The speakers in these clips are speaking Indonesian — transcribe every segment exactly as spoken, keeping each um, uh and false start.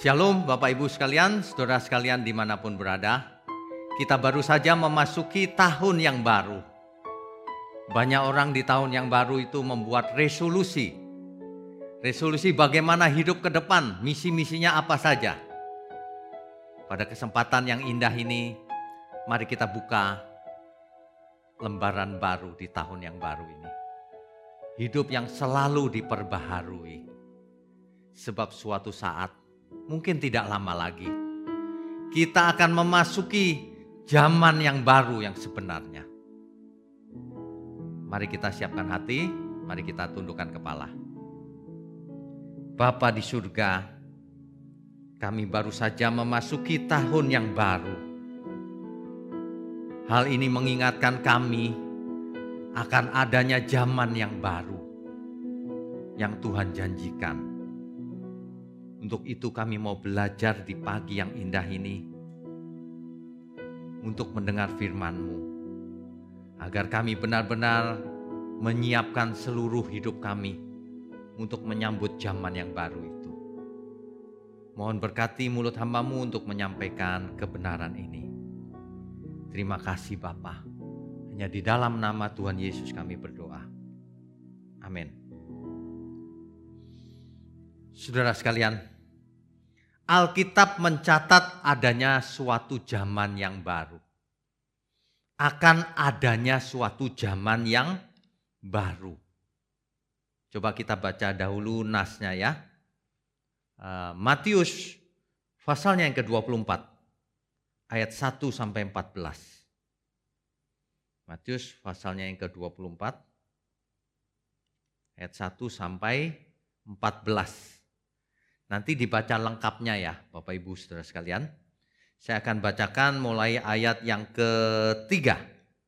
Shalom Bapak Ibu sekalian, saudara sekalian dimanapun berada. Kita baru saja memasuki tahun yang baru. Banyak orang di tahun yang baru itu membuat resolusi. Resolusi bagaimana hidup ke depan, misi-misinya apa saja. Pada kesempatan yang indah ini, mari kita buka lembaran baru di tahun yang baru ini. Hidup yang selalu diperbaharui. Sebab suatu saat, mungkin tidak lama lagi, kita akan memasuki zaman yang baru yang sebenarnya. Mari kita siapkan hati, mari kita tundukkan kepala. Bapa di surga, kami baru saja memasuki tahun yang baru. Hal ini mengingatkan kami akan adanya zaman yang baru yang Tuhan janjikan. Untuk itu kami mau belajar di pagi yang indah ini untuk mendengar firman-Mu, agar kami benar-benar menyiapkan seluruh hidup kami untuk menyambut zaman yang baru itu. Mohon berkati mulut hamba-Mu untuk menyampaikan kebenaran ini. Terima kasih Bapa. Hanya di dalam nama Tuhan Yesus kami berdoa. Amin. Saudara sekalian, Alkitab mencatat adanya suatu zaman yang baru. Akan adanya suatu zaman yang baru. Coba kita baca dahulu nasnya ya. Uh, Matius pasalnya yang ke dua puluh empat. Ayat satu sampai empat belas. Matius pasalnya yang ke dua puluh empat. Ayat satu sampai empat belas. Nanti dibaca lengkapnya ya Bapak Ibu saudara sekalian. Saya akan bacakan mulai ayat yang ketiga.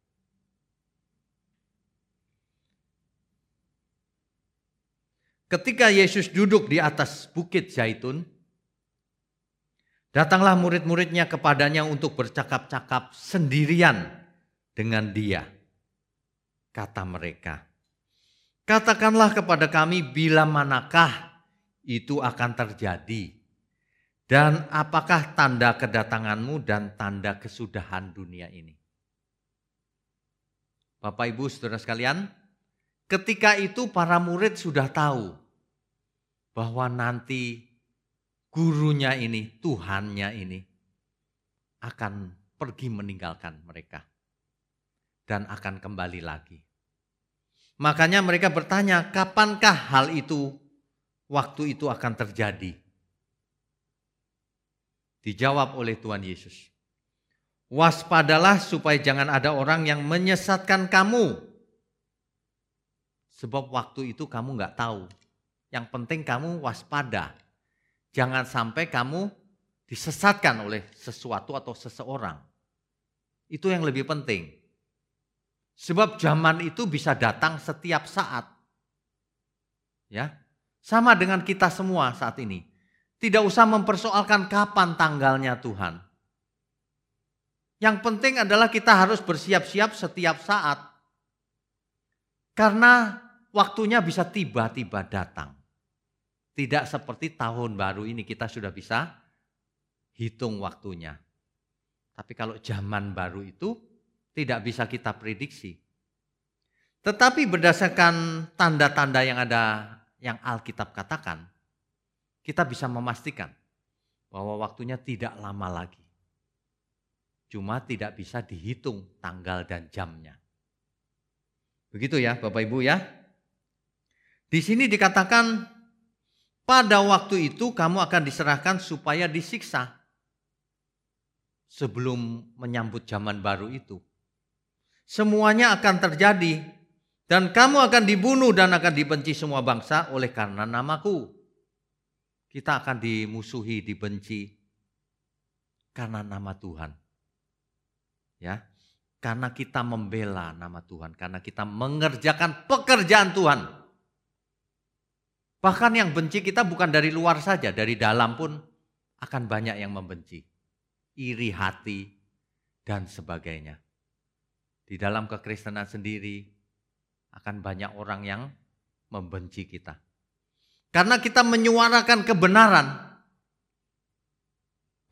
Ketika Yesus duduk di atas bukit Zaitun, datanglah murid-muridnya kepadanya untuk bercakap-cakap sendirian dengan dia. Kata mereka, katakanlah kepada kami bila manakah itu akan terjadi. Dan apakah tanda kedatanganmu dan tanda kesudahan dunia ini? Bapak Ibu saudara sekalian, ketika itu para murid sudah tahu bahwa nanti gurunya ini, Tuhannya ini akan pergi meninggalkan mereka dan akan kembali lagi. Makanya mereka bertanya, kapankah hal itu, waktu itu akan terjadi? Dijawab oleh Tuhan Yesus, waspadalah supaya jangan ada orang yang menyesatkan kamu. Sebab waktu itu kamu gak tahu. Yang penting kamu waspada. Jangan sampai kamu disesatkan oleh sesuatu atau seseorang. Itu yang lebih penting. Sebab zaman itu bisa datang setiap saat. Ya, sama dengan kita semua saat ini. Tidak usah mempersoalkan kapan tanggalnya Tuhan. Yang penting adalah kita harus bersiap-siap setiap saat. Karena waktunya bisa tiba-tiba datang. Tidak seperti tahun baru ini kita sudah bisa hitung waktunya. Tapi kalau zaman baru itu tidak bisa kita prediksi. Tetapi berdasarkan tanda-tanda yang ada, yang Alkitab katakan, kita bisa memastikan bahwa waktunya tidak lama lagi. Cuma tidak bisa dihitung tanggal dan jamnya. Begitu ya Bapak Ibu ya. Di sini dikatakan pada waktu itu kamu akan diserahkan supaya disiksa. Sebelum menyambut zaman baru itu. Semuanya akan terjadi. Dan kamu akan dibunuh dan akan dibenci semua bangsa oleh karena namaku. Kita akan dimusuhi, dibenci karena nama Tuhan. Ya, karena kita membela nama Tuhan, karena kita mengerjakan pekerjaan Tuhan. Bahkan yang benci kita bukan dari luar saja, dari dalam pun akan banyak yang membenci. Iri hati dan sebagainya. Di dalam kekristenan sendiri akan banyak orang yang membenci kita. Karena kita menyuarakan kebenaran.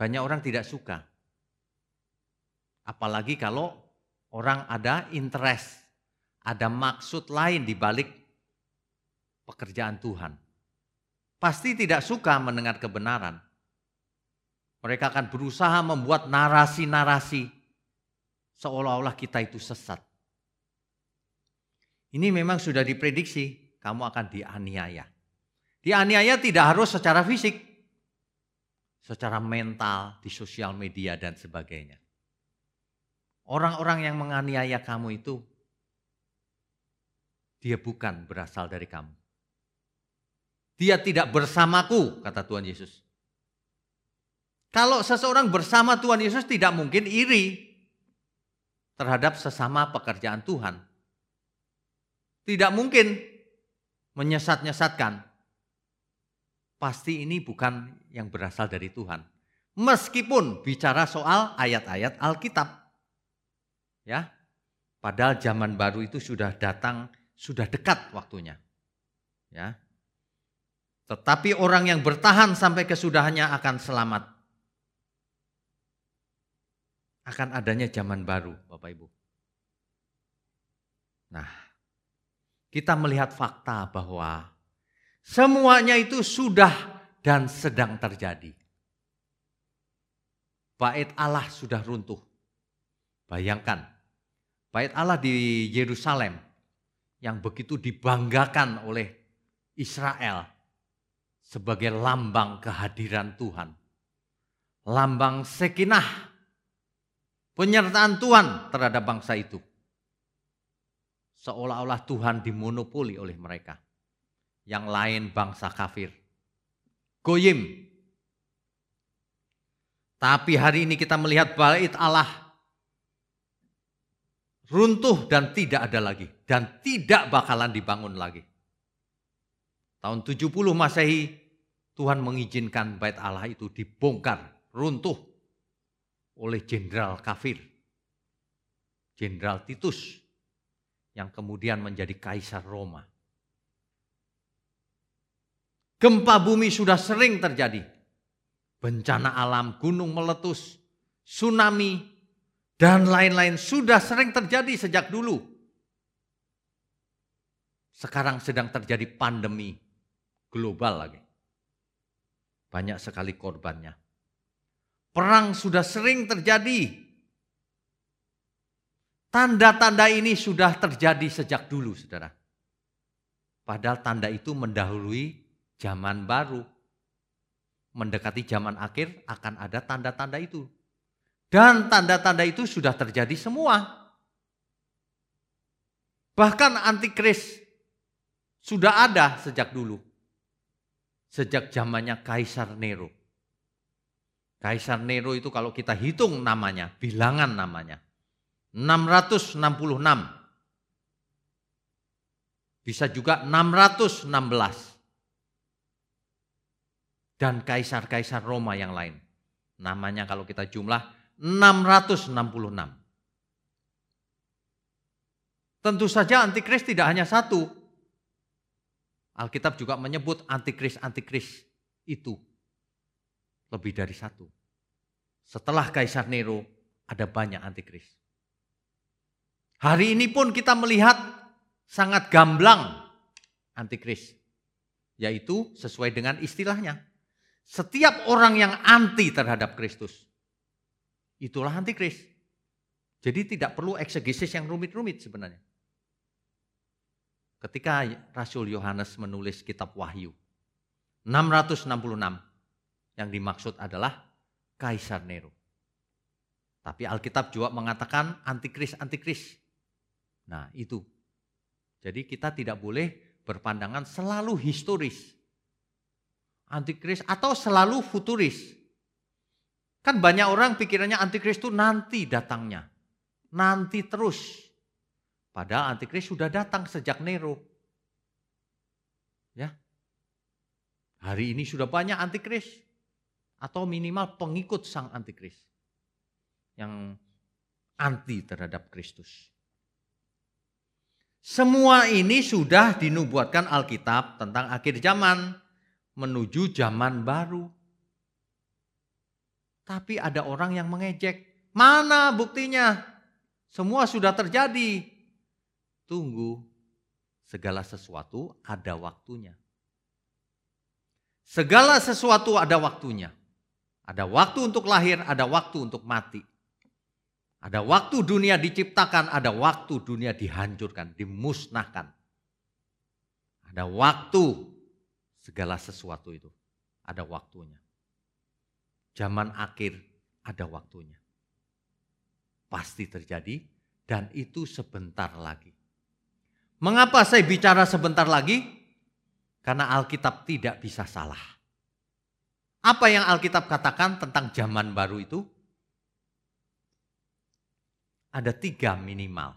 Banyak orang tidak suka. Apalagi kalau orang ada interest, ada maksud lain di balik pekerjaan Tuhan. Pasti tidak suka mendengar kebenaran. Mereka akan berusaha membuat narasi-narasi seolah-olah kita itu sesat. Ini memang sudah diprediksi, kamu akan dianiaya. Dianiaya tidak harus secara fisik, secara mental, di sosial media dan sebagainya. Orang-orang yang menganiaya kamu itu, dia bukan berasal dari kamu. Dia tidak bersamaku, kata Tuhan Yesus. Kalau seseorang bersama Tuhan Yesus tidak mungkin iri terhadap sesama pekerjaan Tuhan. Tidak mungkin menyesat-nyesatkan. Pasti ini bukan yang berasal dari Tuhan. Meskipun bicara soal ayat-ayat Alkitab. Ya, padahal zaman baru itu sudah datang, sudah dekat waktunya. Ya. Tetapi orang yang bertahan sampai kesudahannya akan selamat. Akan adanya zaman baru, Bapak Ibu. Nah, kita melihat fakta bahwa semuanya itu sudah dan sedang terjadi. Bait Allah sudah runtuh. Bayangkan, bait Allah di Yerusalem yang begitu dibanggakan oleh Israel sebagai lambang kehadiran Tuhan. Lambang Sekinah, penyertaan Tuhan terhadap bangsa itu. Seolah-olah Tuhan dimonopoli oleh mereka. Yang lain bangsa kafir. Goyim. Tapi hari ini kita melihat bait Allah runtuh dan tidak ada lagi. Dan tidak bakalan dibangun lagi. Tahun tujuh puluh Masehi, Tuhan mengizinkan bait Allah itu dibongkar, runtuh oleh jenderal kafir. Jenderal Titus yang kemudian menjadi kaisar Roma. Gempa bumi sudah sering terjadi. Bencana alam, gunung meletus, tsunami, dan lain-lain sudah sering terjadi sejak dulu. Sekarang sedang terjadi pandemi global lagi. Banyak sekali korbannya. Perang sudah sering terjadi. Tanda-tanda ini sudah terjadi sejak dulu, saudara. Padahal tanda itu mendahului zaman baru. Mendekati zaman akhir akan ada tanda-tanda itu. Dan tanda-tanda itu sudah terjadi semua. Bahkan antikris sudah ada sejak dulu. Sejak zamannya Kaisar Nero. Kaisar Nero itu kalau kita hitung namanya, bilangan namanya. enam ratus enam puluh enam. Bisa juga enam ratus enam belas. Dan kaisar-kaisar Roma yang lain. Namanya kalau kita jumlah enam ratus enam puluh enam. Tentu saja antikris tidak hanya satu. Alkitab juga menyebut antikris-antikris itu lebih dari satu. Setelah Kaisar Nero ada banyak antikris. Hari ini pun kita melihat sangat gamblang antikris. Yaitu sesuai dengan istilahnya. Setiap orang yang anti terhadap Kristus, itulah antikris. Jadi tidak perlu eksegesis yang rumit-rumit sebenarnya. Ketika Rasul Yohanes menulis kitab Wahyu, enam ratus enam puluh enam, yang dimaksud adalah Kaisar Nero. Tapi Alkitab juga mengatakan antikris-antikris. Nah itu. Jadi kita tidak boleh berpandangan selalu historis. Antikris atau selalu futuris. Kan banyak orang pikirannya antikris itu nanti datangnya. Nanti terus. Padahal antikris sudah datang sejak Nero. Ya. Hari ini sudah banyak antikris. Atau minimal pengikut sang antikris. Yang anti terhadap Kristus. Semua ini sudah dinubuatkan Alkitab tentang akhir zaman. Menuju zaman baru. Tapi ada orang yang mengejek. Mana buktinya? Semua sudah terjadi. Tunggu, segala sesuatu ada waktunya. Segala sesuatu ada waktunya. Ada waktu untuk lahir, ada waktu untuk mati. Ada waktu dunia diciptakan, ada waktu dunia dihancurkan, dimusnahkan. Ada waktu segala sesuatu itu. Ada waktunya. Zaman akhir ada waktunya. Pasti terjadi dan itu sebentar lagi. Mengapa saya bicara sebentar lagi? Karena Alkitab tidak bisa salah. Apa yang Alkitab katakan tentang zaman baru itu? Ada tiga minimal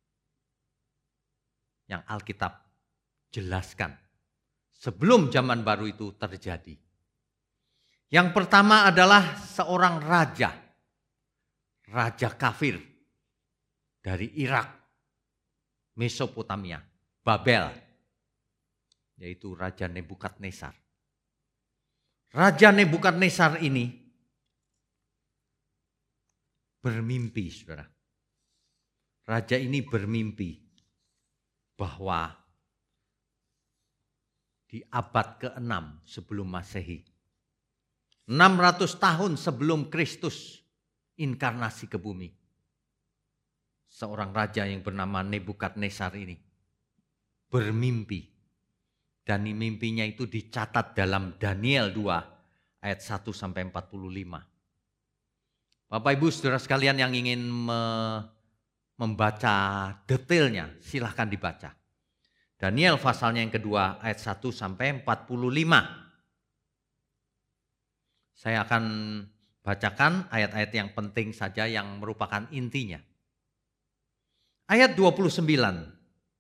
yang Alkitab jelaskan sebelum zaman baru itu terjadi. Yang pertama adalah seorang raja, raja kafir dari Irak, Mesopotamia, Babel, yaitu Raja Nebukadnezar. Raja Nebukadnezar ini bermimpi, saudara. Raja ini bermimpi bahwa di abad keenam sebelum Masehi, enam ratus tahun sebelum Kristus inkarnasi ke bumi, seorang raja yang bernama Nebukadnezar ini bermimpi. Dan mimpinya itu dicatat dalam Daniel dua ayat satu sampai empat puluh lima. Bapak Ibu Saudara sekalian yang ingin me membaca detailnya silahkan dibaca. Daniel pasalnya yang kedua ayat satu sampai empat puluh lima. Saya akan bacakan ayat-ayat yang penting saja yang merupakan intinya. Ayat dua puluh sembilan.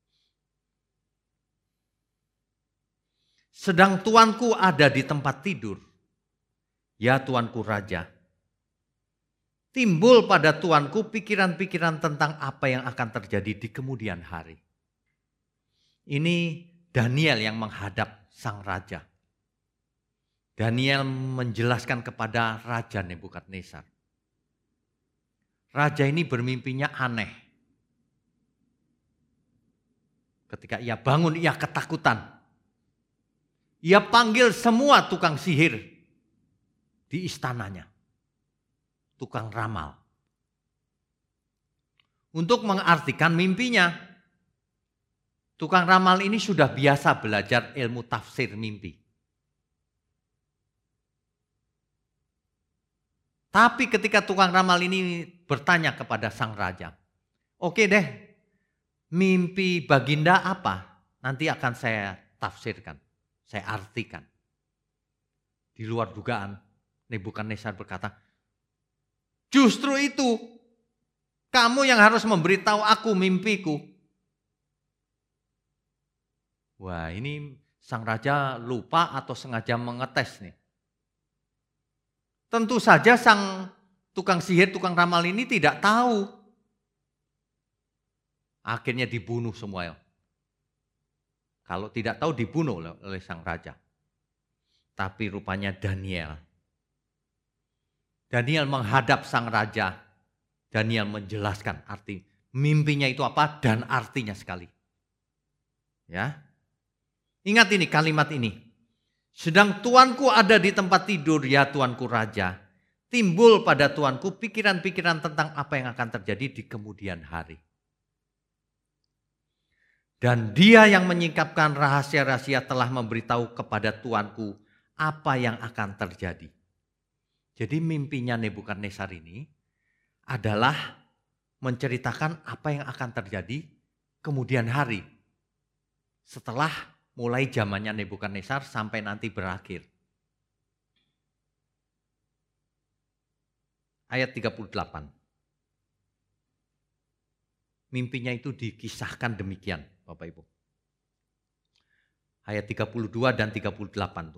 Sedang tuanku ada di tempat tidur, ya tuanku raja. Timbul pada tuanku pikiran-pikiran tentang apa yang akan terjadi di kemudian hari. Ini Daniel yang menghadap sang raja. Daniel menjelaskan kepada Raja Nebukadnezar. Raja ini bermimpinya aneh. Ketika ia bangun, ia ketakutan. Ia panggil semua tukang sihir di istananya. Tukang ramal. Untuk mengartikan mimpinya. Tukang ramal ini sudah biasa belajar ilmu tafsir mimpi. Tapi ketika tukang ramal ini bertanya kepada sang raja, oke deh, mimpi Baginda apa? Nanti akan saya tafsirkan, saya artikan. Di luar dugaan, Nebukadnezar berkata, justru itu, kamu yang harus memberitahu aku mimpiku. Wah, ini sang raja lupa atau sengaja mengetes nih. Tentu saja sang tukang sihir, tukang ramal ini tidak tahu. Akhirnya dibunuh semua. Kalau tidak tahu dibunuh oleh sang raja. Tapi rupanya Daniel. Daniel menghadap sang raja. Daniel menjelaskan arti mimpinya itu apa dan artinya sekali. Ya. Ingat ini kalimat ini. Sedang tuanku ada di tempat tidur, ya tuanku raja. Timbul pada tuanku pikiran-pikiran tentang apa yang akan terjadi di kemudian hari. Dan dia yang menyingkapkan rahasia-rahasia telah memberitahu kepada tuanku apa yang akan terjadi. Jadi mimpinya Nebukadnezar ini adalah menceritakan apa yang akan terjadi kemudian hari. Setelah mulai zamannya Nebukadnezar sampai nanti berakhir. Ayat tiga puluh delapan. Mimpinya itu dikisahkan demikian, Bapak Ibu. Ayat tiga puluh dua dan tiga puluh delapan tuh.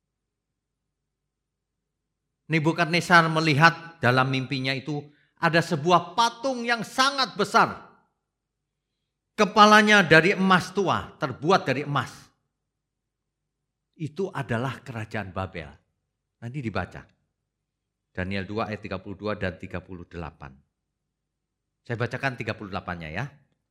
Nebukadnezar melihat dalam mimpinya itu ada sebuah patung yang sangat besar. Kepalanya dari emas tua, terbuat dari emas. Itu adalah kerajaan Babel. Nanti dibaca. Daniel dua ayat tiga puluh dua dan tiga puluh delapan. Saya bacakan tiga puluh delapan-nya ya.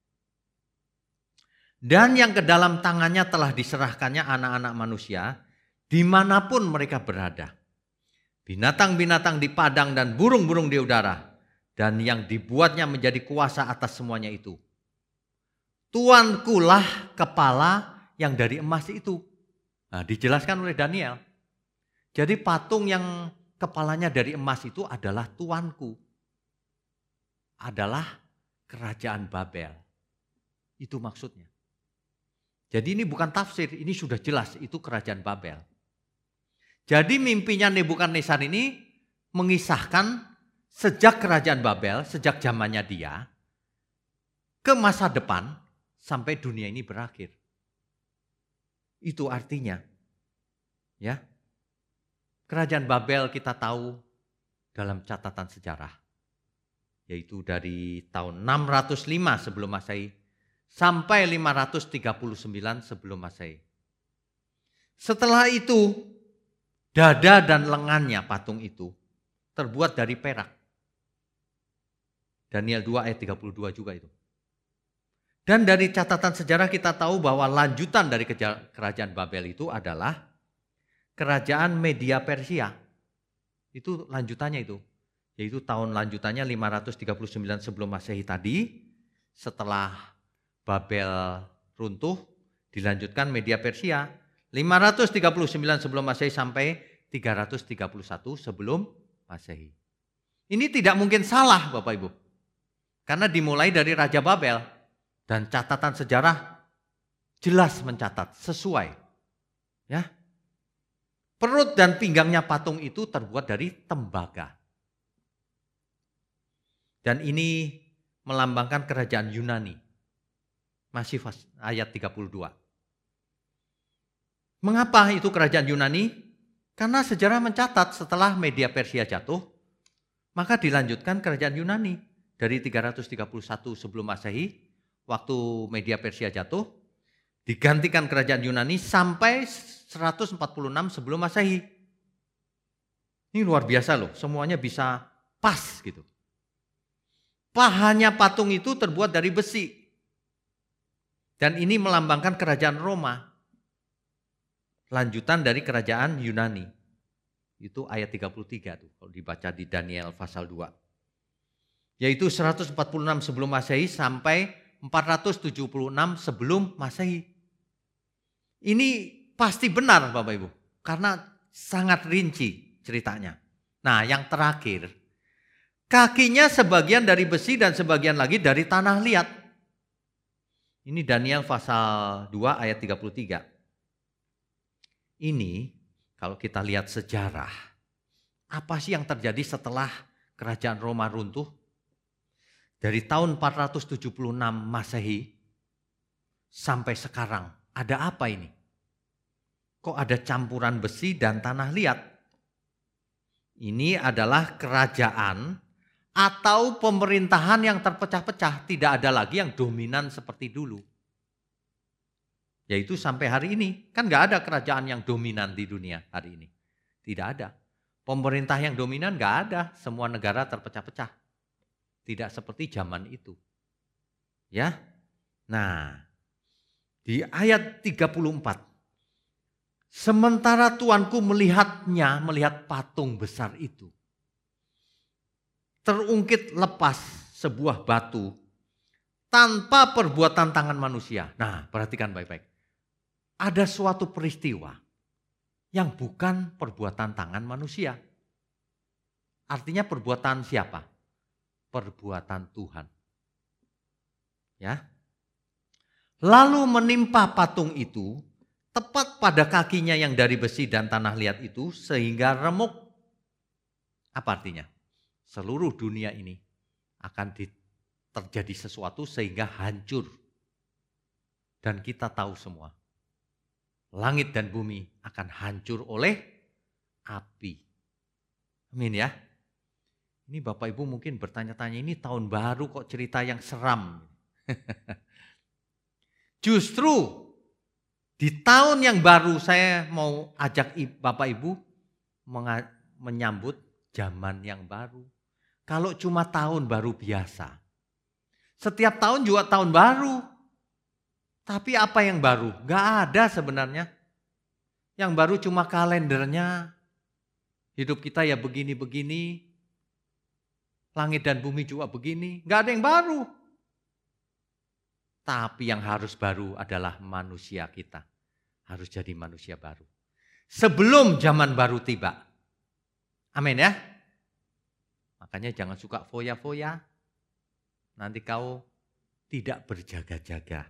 Dan yang ke dalam tangannya telah diserahkannya anak-anak manusia, dimanapun mereka berada. Binatang-binatang di padang dan burung-burung di udara. Dan yang dibuatnya menjadi kuasa atas semuanya itu. Tuankulah kepala yang dari emas itu. Nah, dijelaskan oleh Daniel. Jadi patung yang kepalanya dari emas itu adalah tuanku. Adalah kerajaan Babel. Itu maksudnya. Jadi ini bukan tafsir, ini sudah jelas itu kerajaan Babel. Jadi mimpinya Nebukadnezar ini mengisahkan sejak kerajaan Babel, sejak zamannya dia, ke masa depan sampai dunia ini berakhir. Itu artinya. Ya. Kerajaan Babel kita tahu dalam catatan sejarah. Yaitu dari tahun enam ratus lima sebelum Masehi sampai lima ratus tiga puluh sembilan sebelum Masehi. Setelah itu, dada dan lengannya patung itu terbuat dari perak. Daniel dua ayat tiga puluh dua juga itu. Dan dari catatan sejarah kita tahu bahwa lanjutan dari kerajaan Babel itu adalah kerajaan Media Persia. Itu lanjutannya itu. Yaitu tahun lanjutannya lima ratus tiga puluh sembilan sebelum Masehi tadi. Setelah Babel runtuh, dilanjutkan Media Persia. lima ratus tiga puluh sembilan sebelum Masehi sampai tiga ratus tiga puluh satu sebelum Masehi. Ini tidak mungkin salah Bapak Ibu. Karena dimulai dari Raja Babel. Dan catatan sejarah jelas mencatat, sesuai. Ya. Perut dan pinggangnya patung itu terbuat dari tembaga. Dan ini melambangkan kerajaan Yunani. Masih ayat tiga puluh dua. Mengapa itu kerajaan Yunani? Karena sejarah mencatat setelah Media Persia jatuh, maka dilanjutkan kerajaan Yunani. Dari tiga ratus tiga puluh satu sebelum Masehi, waktu Media Persia jatuh, digantikan kerajaan Yunani sampai seratus empat puluh enam sebelum Masehi. Ini luar biasa loh, semuanya bisa pas gitu. Pahanya patung itu terbuat dari besi. Dan ini melambangkan kerajaan Roma. Lanjutan dari kerajaan Yunani. Itu ayat tiga puluh tiga tuh kalau dibaca di Daniel pasal dua. Yaitu seratus empat puluh enam sebelum Masehi sampai empat ratus tujuh puluh enam sebelum Masehi. Ini pasti benar Bapak Ibu. Karena sangat rinci ceritanya. Nah yang terakhir. Kakinya sebagian dari besi dan sebagian lagi dari tanah liat. Ini Daniel pasal dua ayat tiga puluh tiga. Ini kalau kita lihat sejarah. Apa sih yang terjadi setelah kerajaan Roma runtuh? Dari tahun empat ratus tujuh puluh enam Masehi sampai sekarang. Ada apa ini? Kok ada campuran besi dan tanah liat? Ini adalah kerajaan atau pemerintahan yang terpecah-pecah, tidak ada lagi yang dominan seperti dulu. Yaitu sampai hari ini, kan gak ada kerajaan yang dominan di dunia hari ini. Tidak ada. Pemerintah yang dominan gak ada, semua negara terpecah-pecah. Tidak seperti zaman itu. Ya. Nah, di ayat tiga puluh empat. Sementara tuanku melihatnya, melihat patung besar itu. Terungkit lepas sebuah batu tanpa perbuatan tangan manusia. Nah, perhatikan baik-baik. Ada suatu peristiwa yang bukan perbuatan tangan manusia. Artinya perbuatan siapa? Perbuatan Tuhan. Ya. Lalu menimpa patung itu tepat pada kakinya yang dari besi dan tanah liat itu sehingga remuk. Apa artinya? Seluruh dunia ini akan terjadi sesuatu sehingga hancur. Dan kita tahu semua. Langit dan bumi akan hancur oleh api. Amin ya. Ini Bapak Ibu mungkin bertanya-tanya, ini tahun baru kok cerita yang seram. Justru di tahun yang baru saya mau ajak Bapak Ibu menyambut zaman yang baru. Kalau cuma tahun baru biasa. Setiap tahun juga tahun baru. Tapi apa yang baru? Gak ada sebenarnya. Yang baru cuma kalendernya. Hidup kita ya begini-begini. Langit dan bumi juga begini. Gak ada yang baru. Tapi yang harus baru adalah manusia kita. Harus jadi manusia baru. Sebelum zaman baru tiba. Amin ya. Makanya jangan suka foya-foya. Nanti kau tidak berjaga-jaga.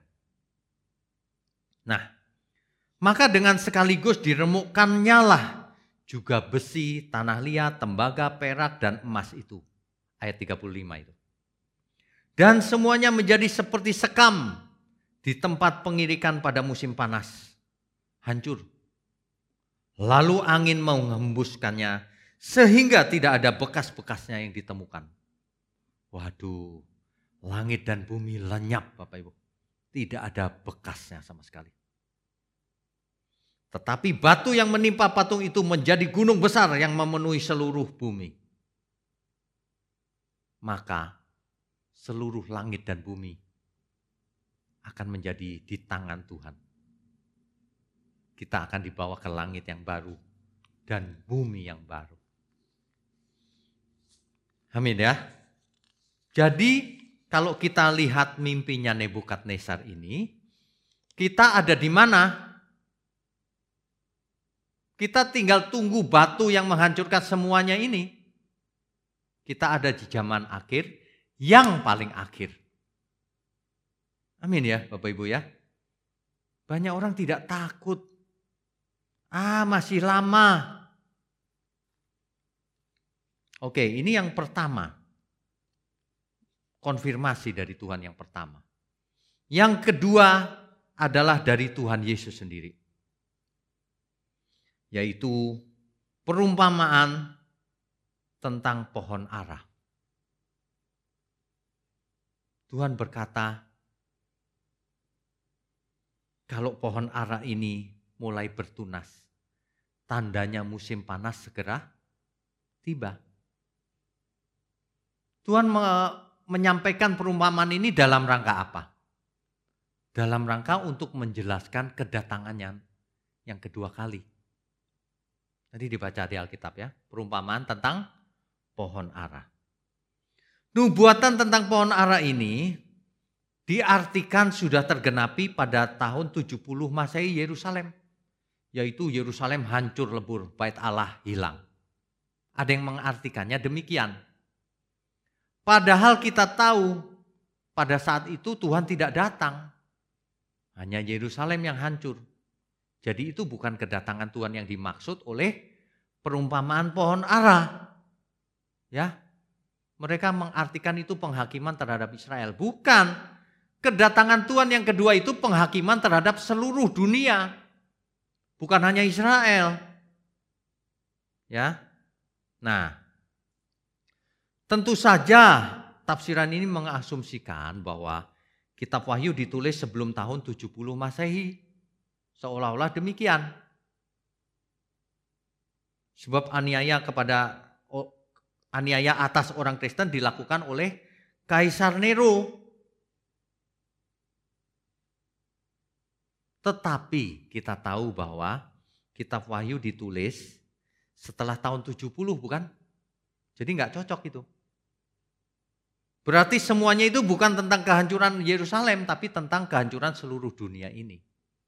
Nah, maka dengan sekaligus diremukkannya lah juga besi, tanah liat, tembaga, perak, dan emas itu. Ayat tiga puluh lima itu. Dan semuanya menjadi seperti sekam di tempat pengirikan pada musim panas. Hancur. Lalu angin menghembuskannya sehingga tidak ada bekas-bekasnya yang ditemukan. Waduh, langit dan bumi lenyap Bapak Ibu. Tidak ada bekasnya sama sekali. Tetapi batu yang menimpa patung itu menjadi gunung besar yang memenuhi seluruh bumi. Maka seluruh langit dan bumi akan menjadi di tangan Tuhan. Kita akan dibawa ke langit yang baru dan bumi yang baru. Amin ya. Jadi kalau kita lihat mimpinya Nebukadnezar ini, kita ada di mana? Kita tinggal tunggu batu yang menghancurkan semuanya ini. Kita ada di zaman akhir yang paling akhir. Amin ya Bapak Ibu ya. Banyak orang tidak takut. Ah masih lama. Oke, ini yang pertama. Konfirmasi dari Tuhan yang pertama. Yang kedua adalah dari Tuhan Yesus sendiri. Yaitu perumpamaan tentang pohon ara. Tuhan berkata, kalau pohon ara ini mulai bertunas, tandanya musim panas segera tiba. Tuhan me- menyampaikan perumpamaan ini dalam rangka apa? Dalam rangka untuk menjelaskan kedatangannya yang kedua kali. Tadi dibaca di Alkitab ya, perumpamaan tentang pohon ara. Nubuatan tentang pohon ara ini diartikan sudah tergenapi pada tahun tujuh puluh Masehi Yerusalem. Yaitu Yerusalem hancur lebur, bait Allah hilang. Ada yang mengartikannya demikian. Padahal kita tahu pada saat itu Tuhan tidak datang. Hanya Yerusalem yang hancur. Jadi itu bukan kedatangan Tuhan yang dimaksud oleh perumpamaan pohon ara. Ya. Mereka mengartikan itu penghakiman terhadap Israel. Bukan. Kedatangan Tuhan yang kedua itu penghakiman terhadap seluruh dunia. Bukan hanya Israel. Ya. Nah, tentu saja tafsiran ini mengasumsikan bahwa kitab Wahyu ditulis sebelum tahun tujuh puluh Masehi. Seolah-olah demikian. Sebab aniaya kepada aniaya atas orang Kristen dilakukan oleh Kaisar Nero. Tetapi kita tahu bahwa kitab Wahyu ditulis setelah tahun tujuh puluh bukan? Jadi nggak cocok itu. Berarti semuanya itu bukan tentang kehancuran Yerusalem, tapi tentang kehancuran seluruh dunia ini.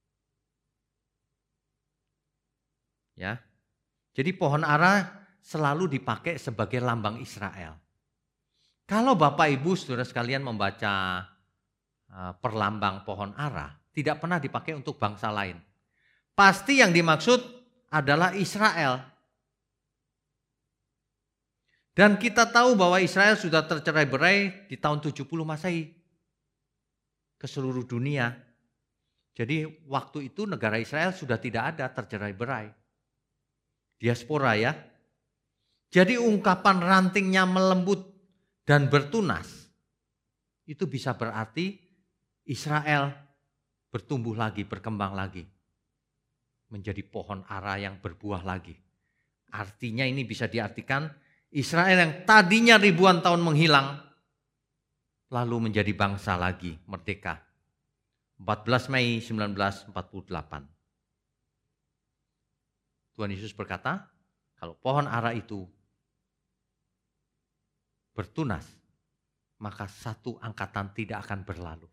Ya, jadi pohon ara selalu dipakai sebagai lambang Israel. Kalau Bapak Ibu saudara sekalian membaca perlambang pohon ara, tidak pernah dipakai untuk bangsa lain. Pasti yang dimaksud adalah Israel. Dan kita tahu bahwa Israel sudah tercerai-berai di tahun tujuh puluh Masehi ke seluruh dunia. Jadi waktu itu negara Israel sudah tidak ada, tercerai-berai. Diaspora ya. Jadi ungkapan rantingnya melembut dan bertunas itu bisa berarti Israel bertumbuh lagi, berkembang lagi. Menjadi pohon ara yang berbuah lagi. Artinya ini bisa diartikan Israel yang tadinya ribuan tahun menghilang, lalu menjadi bangsa lagi, merdeka. empat belas Mei seribu sembilan ratus empat puluh delapan. Tuhan Yesus berkata, kalau pohon ara itu bertunas, maka satu angkatan tidak akan berlalu.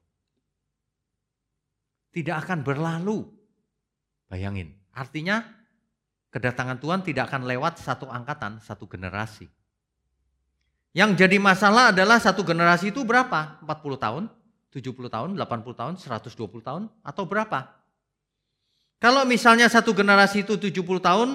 Tidak akan berlalu. Bayangin, artinya kedatangan Tuhan tidak akan lewat satu angkatan, satu generasi. Yang jadi masalah adalah satu generasi itu berapa? empat puluh tahun, tujuh puluh tahun, delapan puluh tahun, seratus dua puluh tahun, atau berapa? Kalau misalnya satu generasi itu tujuh puluh tahun,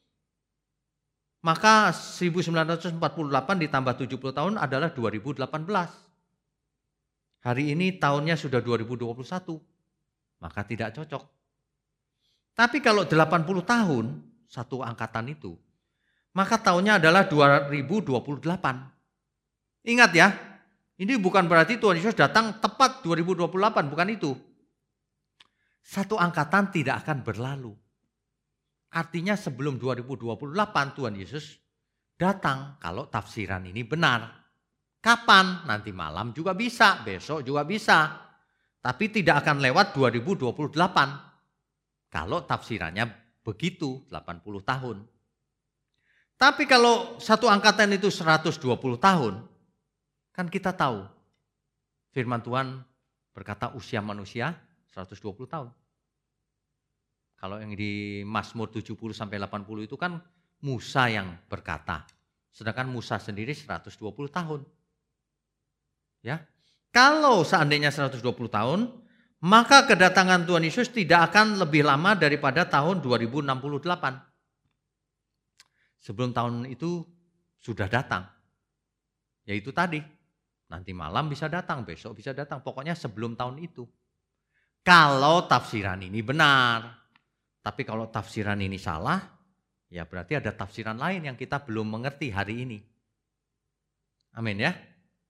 maka seribu sembilan ratus empat puluh delapan ditambah tujuh puluh tahun adalah dua ribu delapan belas. Hari ini tahunnya sudah dua ribu dua puluh satu, maka tidak cocok. Tapi kalau delapan puluh tahun, satu angkatan itu, maka tahunnya adalah dua ribu dua puluh delapan. Ingat ya, ini bukan berarti Tuhan Yesus datang tepat dua ribu dua puluh delapan, bukan itu. Satu angkatan tidak akan berlalu. Artinya sebelum dua ribu dua puluh delapan Tuhan Yesus datang kalau tafsiran ini benar. Kapan? Nanti malam juga bisa, besok juga bisa. Tapi tidak akan lewat dua ribu dua puluh delapan. Kalau tafsirannya begitu, delapan puluh tahun. Tapi kalau satu angkatan itu seratus dua puluh tahun, kan kita tahu firman Tuhan berkata usia manusia seratus dua puluh tahun. Kalau yang di Mazmur tujuh puluh sampai delapan puluh itu kan Musa yang berkata. Sedangkan Musa sendiri seratus dua puluh tahun. Ya. Kalau seandainya seratus dua puluh tahun, maka kedatangan Tuhan Yesus tidak akan lebih lama daripada tahun dua ribu enam puluh delapan. Sebelum tahun itu sudah datang. Yaitu tadi, nanti malam bisa datang, besok bisa datang. Pokoknya sebelum tahun itu. Kalau tafsiran ini benar. Tapi kalau tafsiran ini salah, ya berarti ada tafsiran lain yang kita belum mengerti hari ini. Amin ya.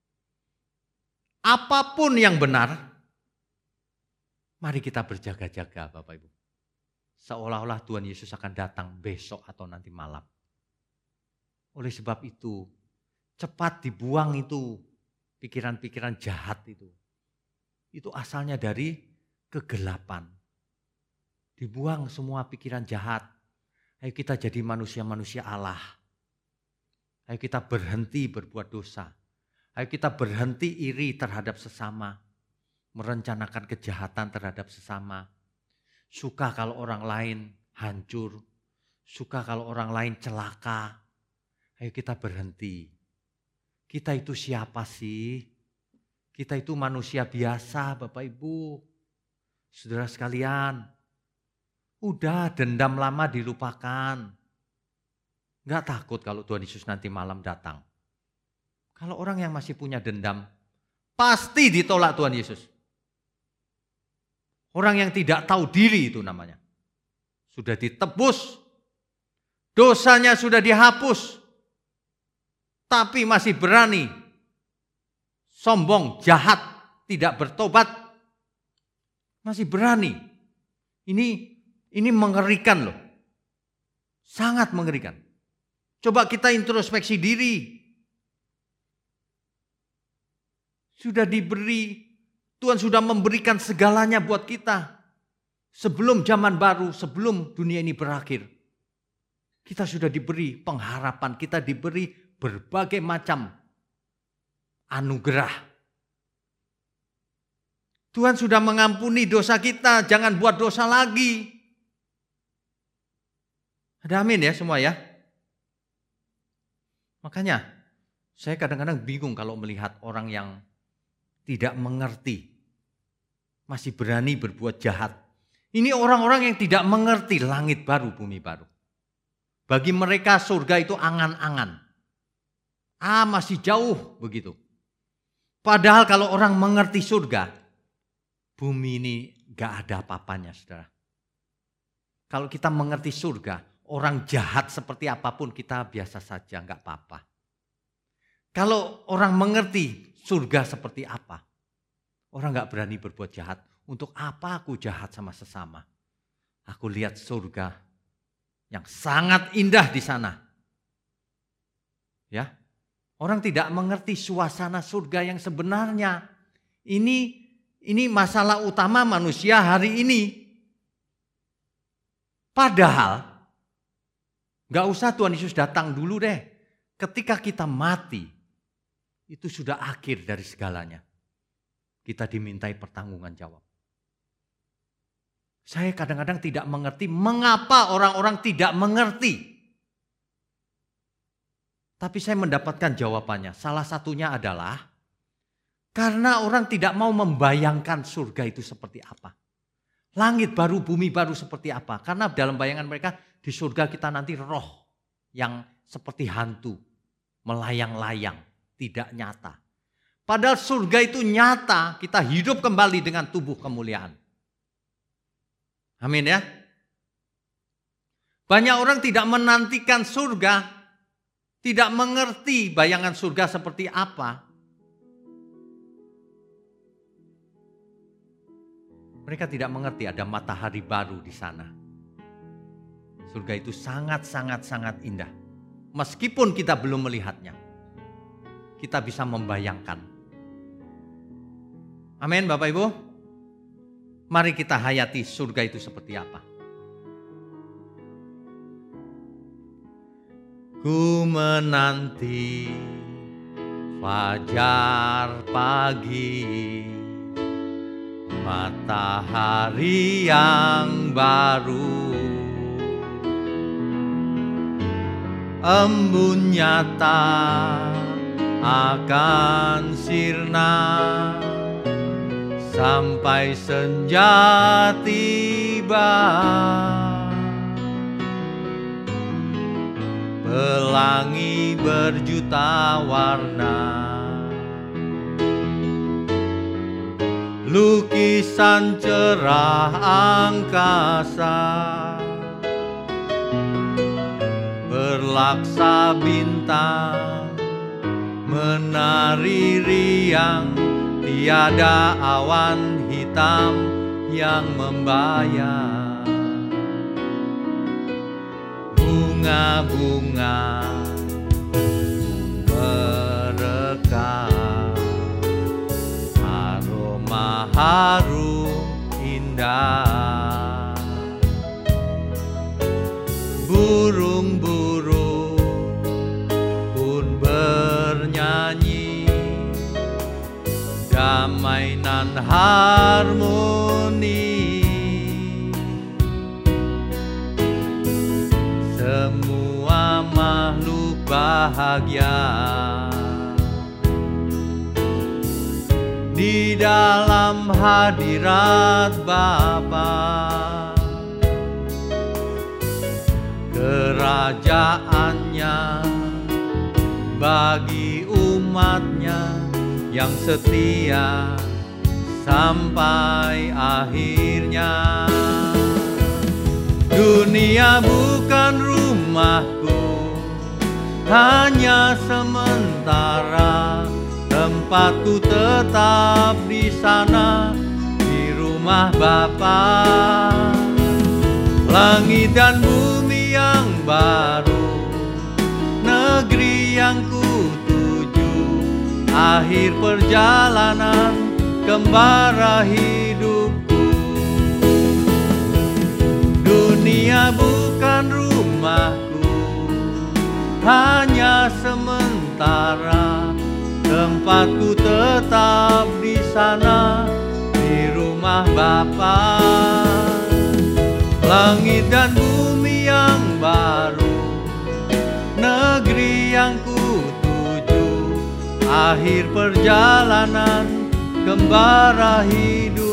Apapun yang benar, mari kita berjaga-jaga Bapak Ibu. Seolah-olah Tuhan Yesus akan datang besok atau nanti malam. Oleh sebab itu, cepat dibuang itu pikiran-pikiran jahat itu. Itu asalnya dari kegelapan. Dibuang semua pikiran jahat. Ayo kita jadi manusia-manusia Allah. Ayo kita berhenti berbuat dosa. Ayo kita berhenti iri terhadap sesama. Merencanakan kejahatan terhadap sesama. Suka kalau orang lain hancur. Suka kalau orang lain celaka. Ayo kita berhenti. Kita itu siapa sih? Kita itu manusia biasa Bapak Ibu. Saudara sekalian. Udah dendam lama dilupakan. Enggak takut kalau Tuhan Yesus nanti malam datang. Kalau orang yang masih punya dendam, pasti ditolak Tuhan Yesus. Orang yang tidak tahu diri itu namanya. Sudah ditebus, dosanya sudah dihapus, tapi masih berani, sombong, jahat, tidak bertobat, masih berani. Ini Ini mengerikan loh. Sangat mengerikan. Coba kita introspeksi diri. Sudah diberi, Tuhan sudah memberikan segalanya buat kita. Sebelum zaman baru, sebelum dunia ini berakhir. Kita sudah diberi pengharapan, kita diberi berbagai macam anugerah. Tuhan sudah mengampuni dosa kita, jangan buat dosa lagi. Ada amin ya semua ya. Makanya saya kadang-kadang bingung kalau melihat orang yang tidak mengerti. Masih berani berbuat jahat. Ini orang-orang yang tidak mengerti langit baru, bumi baru. Bagi mereka surga itu angan-angan. Ah masih jauh begitu. Padahal kalau orang mengerti surga, bumi ini gak ada apa-apanya saudara. Kalau kita mengerti surga, orang jahat seperti apapun kita biasa saja, enggak apa-apa. Kalau orang mengerti surga seperti apa, orang enggak berani berbuat jahat. Untuk apa aku jahat sama sesama? Aku lihat surga yang sangat indah di sana. Ya. Orang tidak mengerti suasana surga yang sebenarnya. Ini ini masalah utama manusia hari ini. Padahal gak usah Tuhan Yesus datang dulu deh. Ketika kita mati, itu sudah akhir dari segalanya. Kita dimintai pertanggungan jawab. Saya kadang-kadang tidak mengerti mengapa orang-orang tidak mengerti. Tapi saya mendapatkan jawabannya. Salah satunya adalah karena orang tidak mau membayangkan surga itu seperti apa. Langit baru, bumi baru seperti apa. Karena dalam bayangan mereka di surga kita nanti roh yang seperti hantu. Melayang-layang, tidak nyata. Padahal surga itu nyata, kita hidup kembali dengan tubuh kemuliaan. Amin ya. Banyak orang tidak menantikan surga. Tidak mengerti bayangan surga seperti apa. Mereka tidak mengerti ada matahari baru di sana. Surga itu sangat-sangat-sangat indah. Meskipun kita belum melihatnya. Kita bisa membayangkan. Amin Bapak Ibu. Mari kita hayati surga itu seperti apa. Ku menanti fajar pagi, matahari yang baru, embun nyata akan sirna sampai senja tiba. Pelangi berjuta warna, lukisan cerah angkasa, berlaksa bintang menari riang, tiada awan hitam yang membayang. Bunga-bunga merekam, aroma harum indah. Burung-burung pun bernyanyi, damai nan harmoni. Semua makhluk bahagia di dalam hadirat Bapa. Kerajaannya bagi umatnya yang setia sampai akhirnya. Dunia bukan rumahku, hanya sementara. Tempatku tetap di sana, di rumah Bapa. Langit dan bumi yang baru, negeri yang kutuju, akhir perjalanan kembara hidupku. Dunia bukan rumahku, hanya sementara. Tempatku tetap di sana, di rumah Bapa. Langit dan bumi yang baru, negeri yang kutuju, akhir perjalanan kembara hidupku.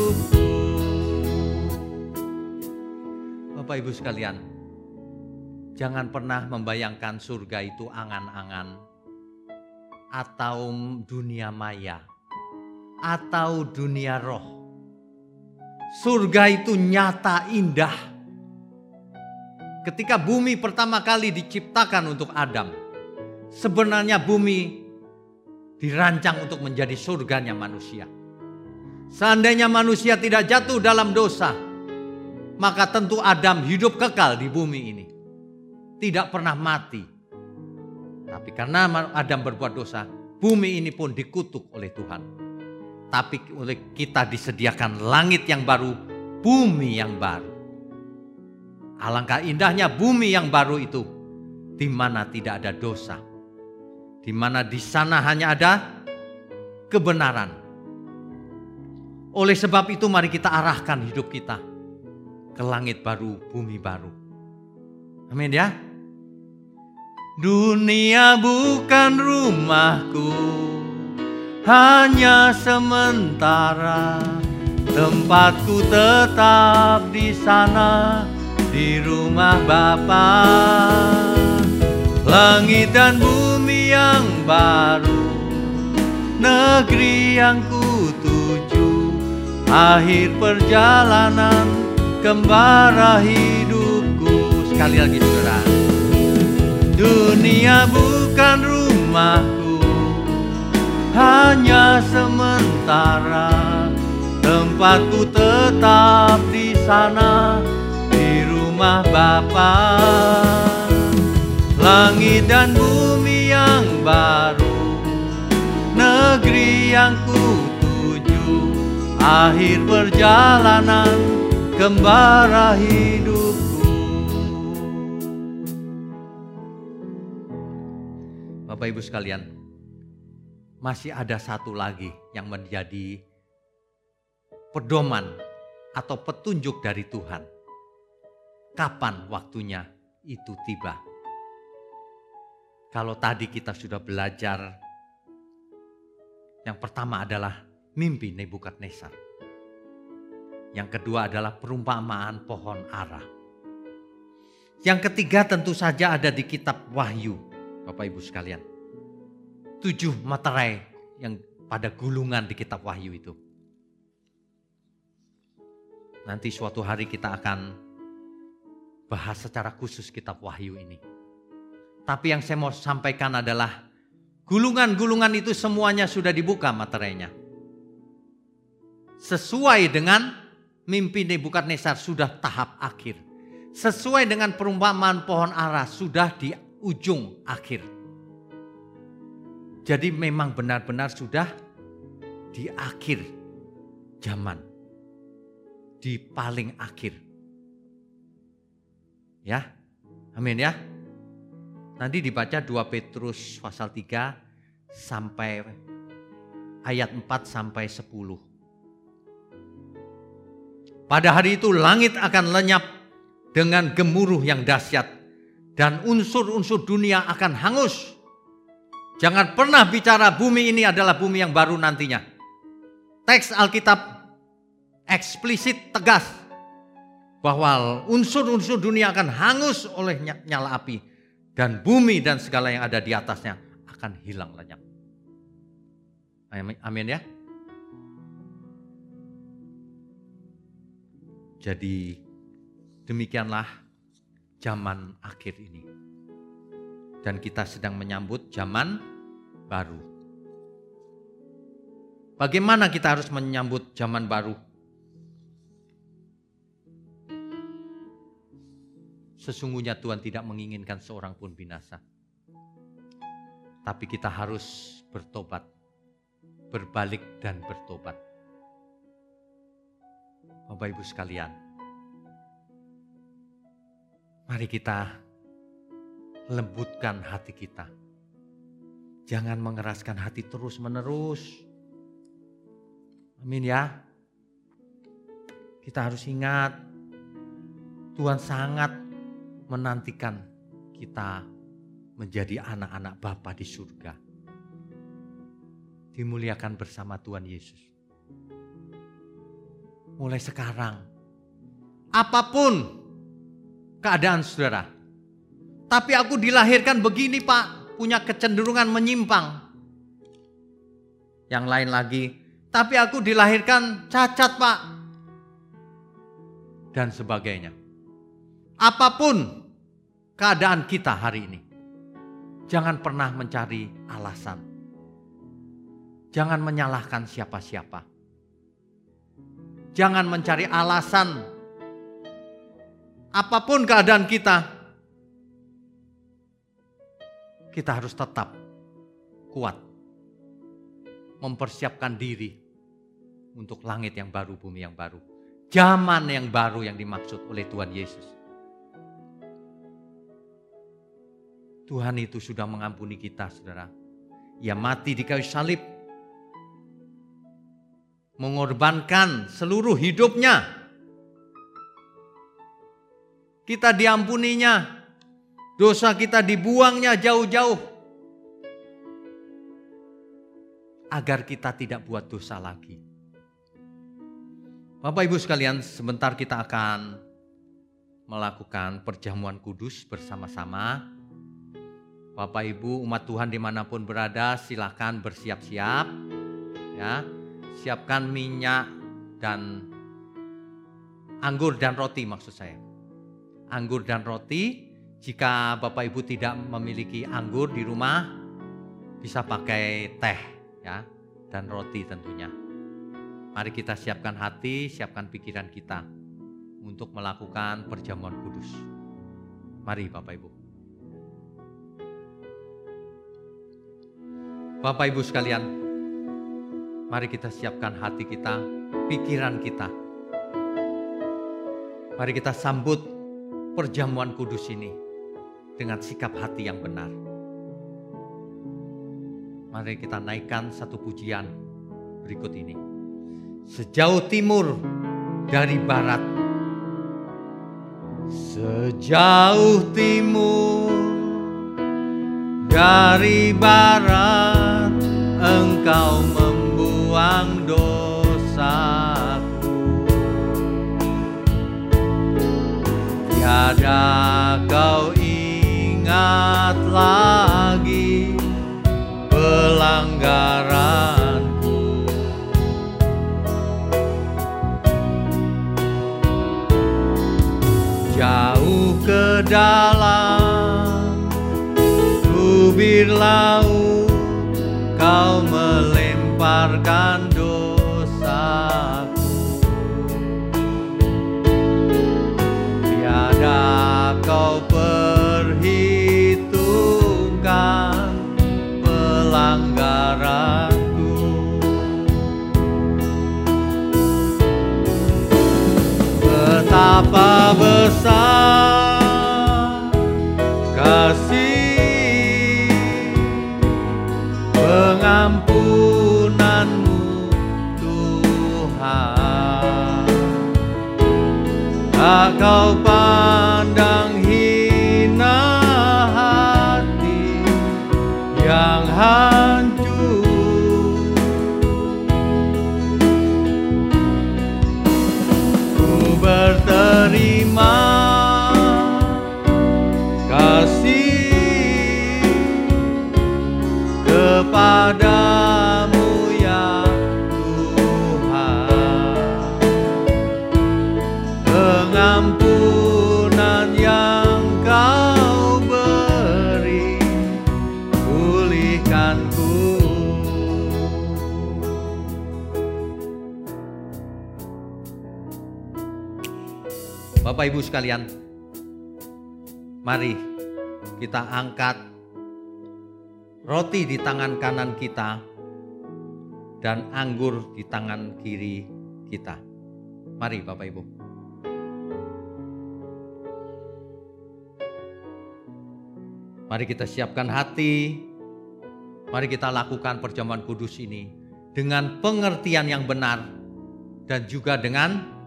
Bapak Ibu sekalian, jangan pernah membayangkan surga itu angan-angan atau dunia maya atau dunia roh. Surga itu nyata, indah. Ketika bumi pertama kali diciptakan untuk Adam, sebenarnya bumi dirancang untuk menjadi surganya manusia. Seandainya manusia tidak jatuh dalam dosa, maka tentu Adam hidup kekal di bumi ini, tidak pernah mati. Tapi karena Adam berbuat dosa, bumi ini pun dikutuk oleh Tuhan. Tapi oleh kita disediakan langit yang baru, bumi yang baru. Alangkah indahnya bumi yang baru itu, di mana tidak ada dosa. Di mana di sana hanya ada kebenaran. Oleh sebab itu mari kita arahkan hidup kita ke langit baru, bumi baru. Amin ya. Dunia bukan rumahku, hanya sementara. Tempatku tetap di sana, di rumah Bapa. Langit dan bumi yang baru, negeri yang kutuju. Akhir perjalanan gembara hidupku. Sekali lagi saudara. Dunia bukan rumahku, hanya sementara. Tempatku tetap di sana, di rumah Bapa. Langit dan bumi yang baru, negeri yang kutuju. Akhir perjalanan gembara hidupku. Bapak Ibu sekalian, masih ada satu lagi yang menjadi pedoman atau petunjuk dari Tuhan. Kapan waktunya itu tiba? Kalau tadi kita sudah belajar, yang pertama adalah mimpi Nebukadnezar. Yang kedua adalah perumpamaan pohon ara. Yang ketiga tentu saja ada di kitab Wahyu, Bapak Ibu sekalian. Tujuh materai yang pada gulungan di kitab Wahyu itu. Nanti suatu hari kita akan bahas secara khusus kitab Wahyu ini. Tapi yang saya mau sampaikan adalah gulungan-gulungan itu semuanya sudah dibuka materainya. Sesuai dengan mimpi Nebukadnezar sudah tahap akhir. Sesuai dengan perumpamaan pohon ara sudah di ujung akhir. Jadi memang benar-benar sudah di akhir zaman. Di paling akhir. Ya, amin ya. Nanti dibaca dua Petrus pasal tiga sampai ayat empat sampai sepuluh. Pada hari itu langit akan lenyap dengan gemuruh yang dahsyat dan unsur-unsur dunia akan hangus. Jangan pernah bicara bumi ini adalah bumi yang baru nantinya. Teks Alkitab eksplisit tegas bahwa unsur-unsur dunia akan hangus oleh nyala api dan bumi dan segala yang ada di atasnya akan hilang lenyap. Amin ya. Jadi demikianlah zaman akhir ini. Dan kita sedang menyambut zaman baru. Bagaimana kita harus menyambut zaman baru? Sesungguhnya Tuhan tidak menginginkan seorang pun binasa. Tapi kita harus bertobat, berbalik dan bertobat. Bapak Ibu sekalian, mari kita lembutkan hati kita. Jangan mengeraskan hati terus menerus. Amin ya. Kita harus ingat, Tuhan sangat menantikan kita menjadi anak-anak Bapa di surga. Dimuliakan bersama Tuhan Yesus. Mulai sekarang, apapun keadaan saudara, tapi aku dilahirkan begini Pak, punya kecenderungan menyimpang. Yang lain lagi, tapi aku dilahirkan cacat Pak. Dan sebagainya. Apapun keadaan kita hari ini, jangan pernah mencari alasan. Jangan menyalahkan siapa-siapa. Jangan mencari alasan. Apapun keadaan kita, kita harus tetap kuat, mempersiapkan diri untuk langit yang baru, bumi yang baru, zaman yang baru yang dimaksud oleh Tuhan Yesus. Tuhan itu sudah mengampuni kita, saudara. Ia mati di kayu salib, mengorbankan seluruh hidupnya. Kita diampuninya, dosa kita dibuangnya jauh-jauh, agar kita tidak buat dosa lagi. Bapak Ibu sekalian, sebentar kita akan melakukan perjamuan kudus bersama-sama. Bapak Ibu umat Tuhan dimanapun berada, silakan bersiap-siap, ya. Siapkan minyak dan anggur dan roti, maksud saya. Anggur dan roti. Jika Bapak Ibu tidak memiliki anggur di rumah, bisa pakai teh, ya, dan roti tentunya. Mari kita siapkan hati, siapkan pikiran kita untuk melakukan perjamuan kudus. Mari Bapak Ibu. Bapak Ibu sekalian, mari kita siapkan hati kita, pikiran kita. Mari kita sambut perjamuan kudus ini dengan sikap hati yang benar. Mari kita naikkan satu pujian berikut ini. Sejauh timur dari barat, sejauh timur dari barat, Engkau membuang dosaku. Tiada kau ingat lagi pelanggaranku. Jauh ke dalam bibir laut, kau melemparkan dosaku. Tiada kau perhitungkan pelanggaranku. Betapa besar kasih pengampunanmu Tuhan. Tak kau pandang hina hati yang hancur. Ku berterima kasih kepadamu ya Tuhan. Pengampunan yang kau beri, pulihkanku. Bapak Ibu sekalian, mari kita angkat roti di tangan kanan kita dan anggur di tangan kiri kita. Mari Bapak Ibu. Mari kita siapkan hati. Mari kita lakukan perjamuan kudus ini dengan pengertian yang benar dan juga dengan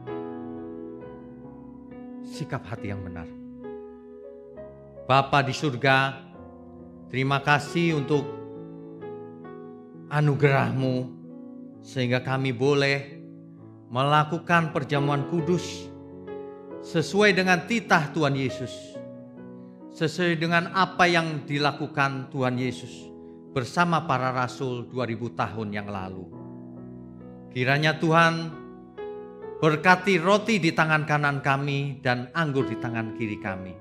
sikap hati yang benar. Bapa di surga, terima kasih untuk anugerah-Mu sehingga kami boleh melakukan perjamuan kudus sesuai dengan titah Tuhan Yesus. Sesuai dengan apa yang dilakukan Tuhan Yesus bersama para rasul dua ribu tahun yang lalu. Kiranya Tuhan berkati roti di tangan kanan kami dan anggur di tangan kiri kami.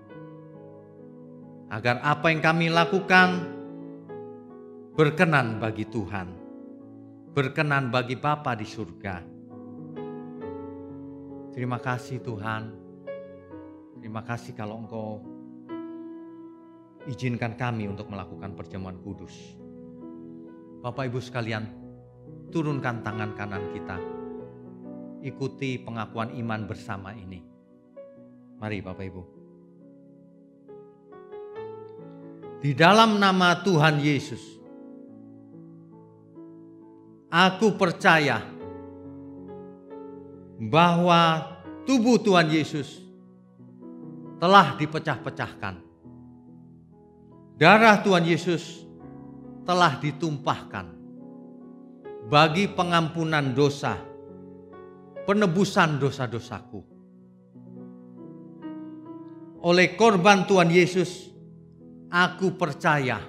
Agar apa yang kami lakukan berkenan bagi Tuhan, berkenan bagi Bapa di surga. Terima kasih Tuhan. Terima kasih kalau Engkau izinkan kami untuk melakukan perjamuan kudus. Bapak Ibu sekalian, turunkan tangan kanan kita. Ikuti pengakuan iman bersama ini. Mari Bapak Ibu. Di dalam nama Tuhan Yesus, aku percaya bahwa tubuh Tuhan Yesus telah dipecah-pecahkan. Darah Tuhan Yesus telah ditumpahkan bagi pengampunan dosa, penebusan dosa-dosaku. Oleh korban Tuhan Yesus, aku percaya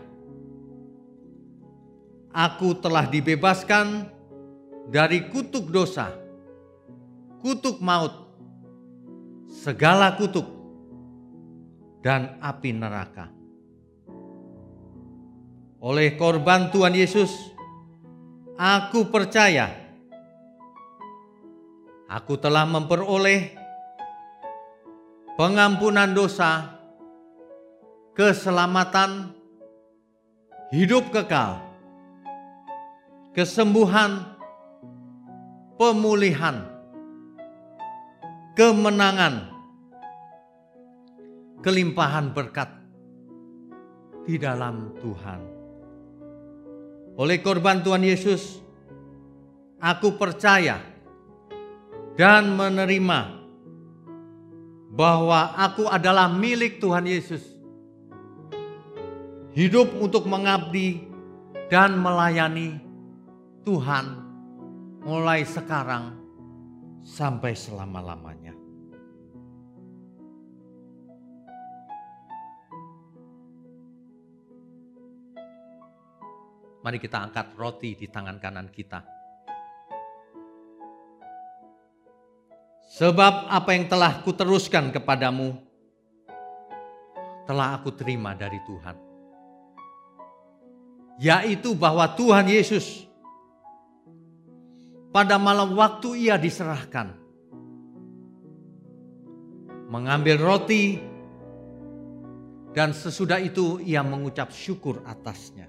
aku telah dibebaskan dari kutuk dosa, kutuk maut, segala kutuk, dan api neraka. Oleh korban Tuhan Yesus, aku percaya aku telah memperoleh pengampunan dosa, keselamatan, hidup kekal, kesembuhan, pemulihan, kemenangan, kelimpahan berkat di dalam Tuhan. Oleh korban Tuhan Yesus, aku percaya dan menerima bahwa aku adalah milik Tuhan Yesus. Hidup untuk mengabdi dan melayani Tuhan mulai sekarang sampai selama-lamanya. Mari kita angkat roti di tangan kanan kita. Sebab apa yang telah kuteruskan kepadamu, telah aku terima dari Tuhan. Yaitu bahwa Tuhan Yesus pada malam waktu ia diserahkan, mengambil roti, dan sesudah itu ia mengucap syukur atasnya.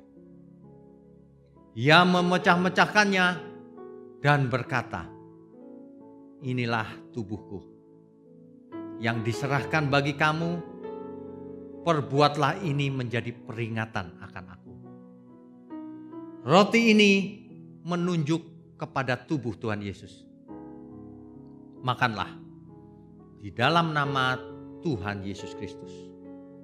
Ia memecah-mecahkannya dan berkata, inilah tubuhku yang diserahkan bagi kamu, perbuatlah ini menjadi peringatan akan aku. Roti ini menunjuk kepada tubuh Tuhan Yesus. Makanlah di dalam nama Tuhan Yesus Kristus.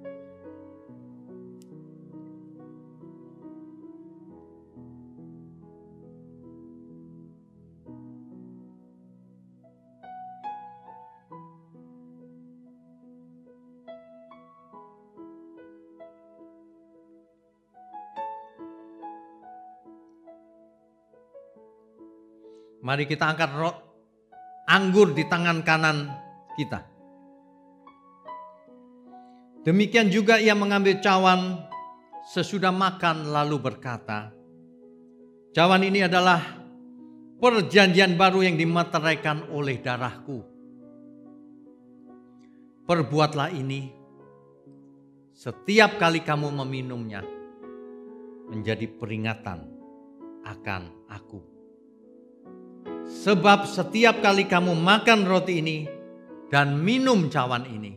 Mari kita angkat roh, anggur di tangan kanan kita. Demikian juga ia mengambil cawan sesudah makan lalu berkata, cawan ini adalah perjanjian baru yang dimeteraikan oleh darahku. Perbuatlah ini setiap kali kamu meminumnya menjadi peringatan akan aku. Sebab setiap kali kamu makan roti ini dan minum cawan ini,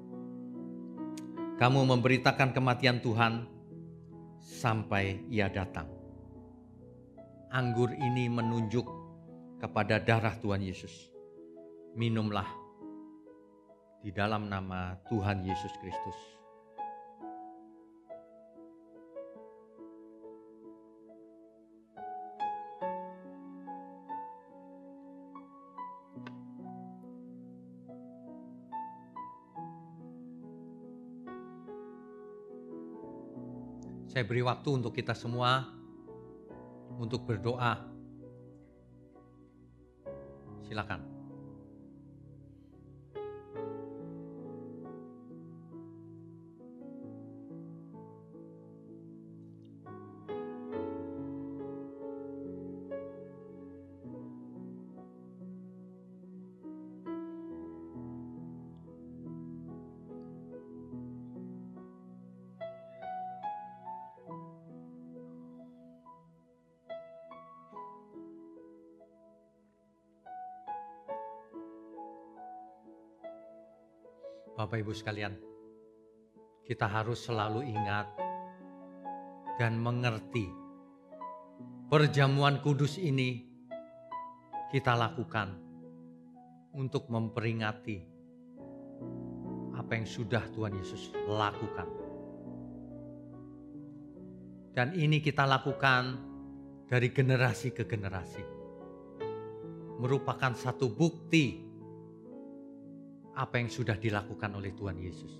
kamu memberitakan kematian Tuhan sampai ia datang. Anggur ini menunjuk kepada darah Tuhan Yesus. Minumlah di dalam nama Tuhan Yesus Kristus. Saya beri waktu untuk kita semua untuk berdoa. Silakan. Bapak Ibu sekalian, kita harus selalu ingat dan mengerti perjamuan kudus ini kita lakukan untuk memperingati apa yang sudah Tuhan Yesus lakukan. Dan ini kita lakukan dari generasi ke generasi. Merupakan satu bukti apa yang sudah dilakukan oleh Tuhan Yesus.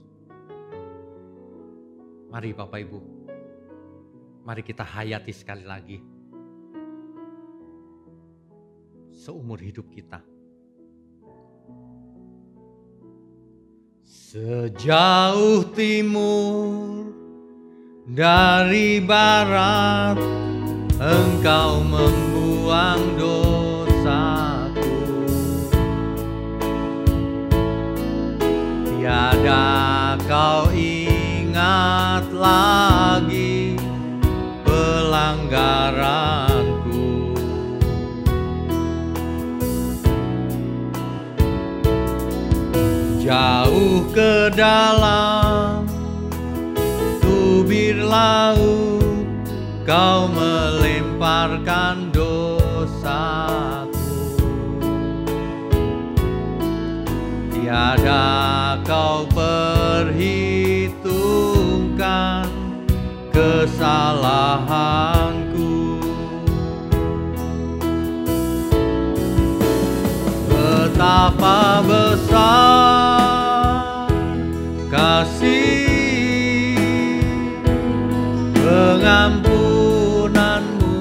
Mari Bapak Ibu, mari kita hayati sekali lagi seumur hidup kita. Sejauh timur dari barat, Engkau membuang dosaku. Tiada kau ingat lagi pelanggaranku. Jauh ke dalam tubir laut, Kau melemparkan dosaku. Tiada Kau perhitungkan kesalahanku. Betapa besar kasih pengampunanmu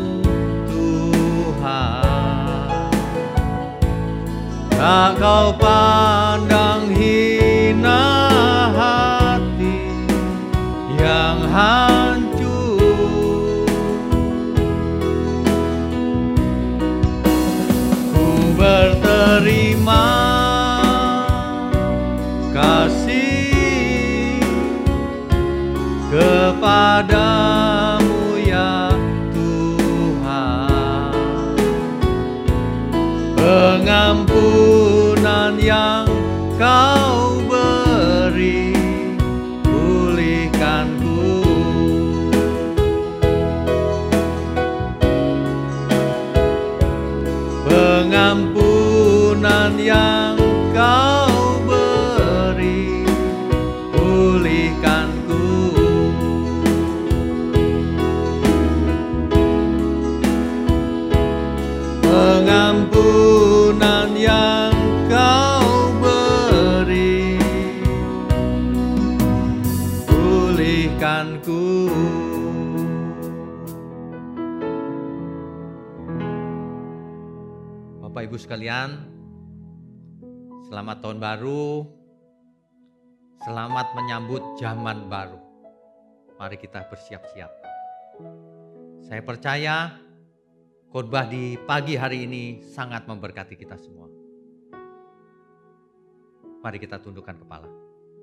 Tuhan. Tak Kau pandang hina hati yang hancur. Ku berterima kasih kepadamu ya Tuhan. Pengampunan yang Kau beri, pulihkanku. Pengampunan yang Kau beri, pulihkanku. Pengampunan yang Kau beri, pulihkanku. Bapak Ibu sekalian, selamat tahun baru, selamat menyambut zaman baru. Mari kita bersiap-siap. Saya percaya khotbah di pagi hari ini sangat memberkati kita semua. Mari kita tundukkan kepala.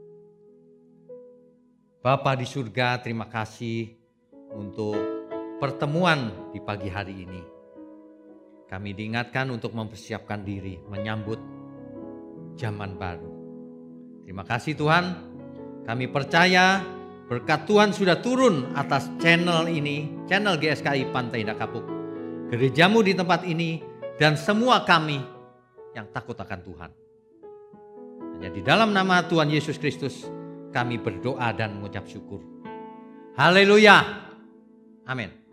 Bapa di surga, terima kasih untuk pertemuan di pagi hari ini. Kami diingatkan untuk mempersiapkan diri menyambut zaman baru. Terima kasih Tuhan. Kami percaya berkat Tuhan sudah turun atas channel ini, channel G S K I Pantai Indah Kapuk, gerejamu di tempat ini, dan semua kami yang takut akan Tuhan. Hanya di dalam nama Tuhan Yesus Kristus kami berdoa dan mengucap syukur. Haleluya. Amin.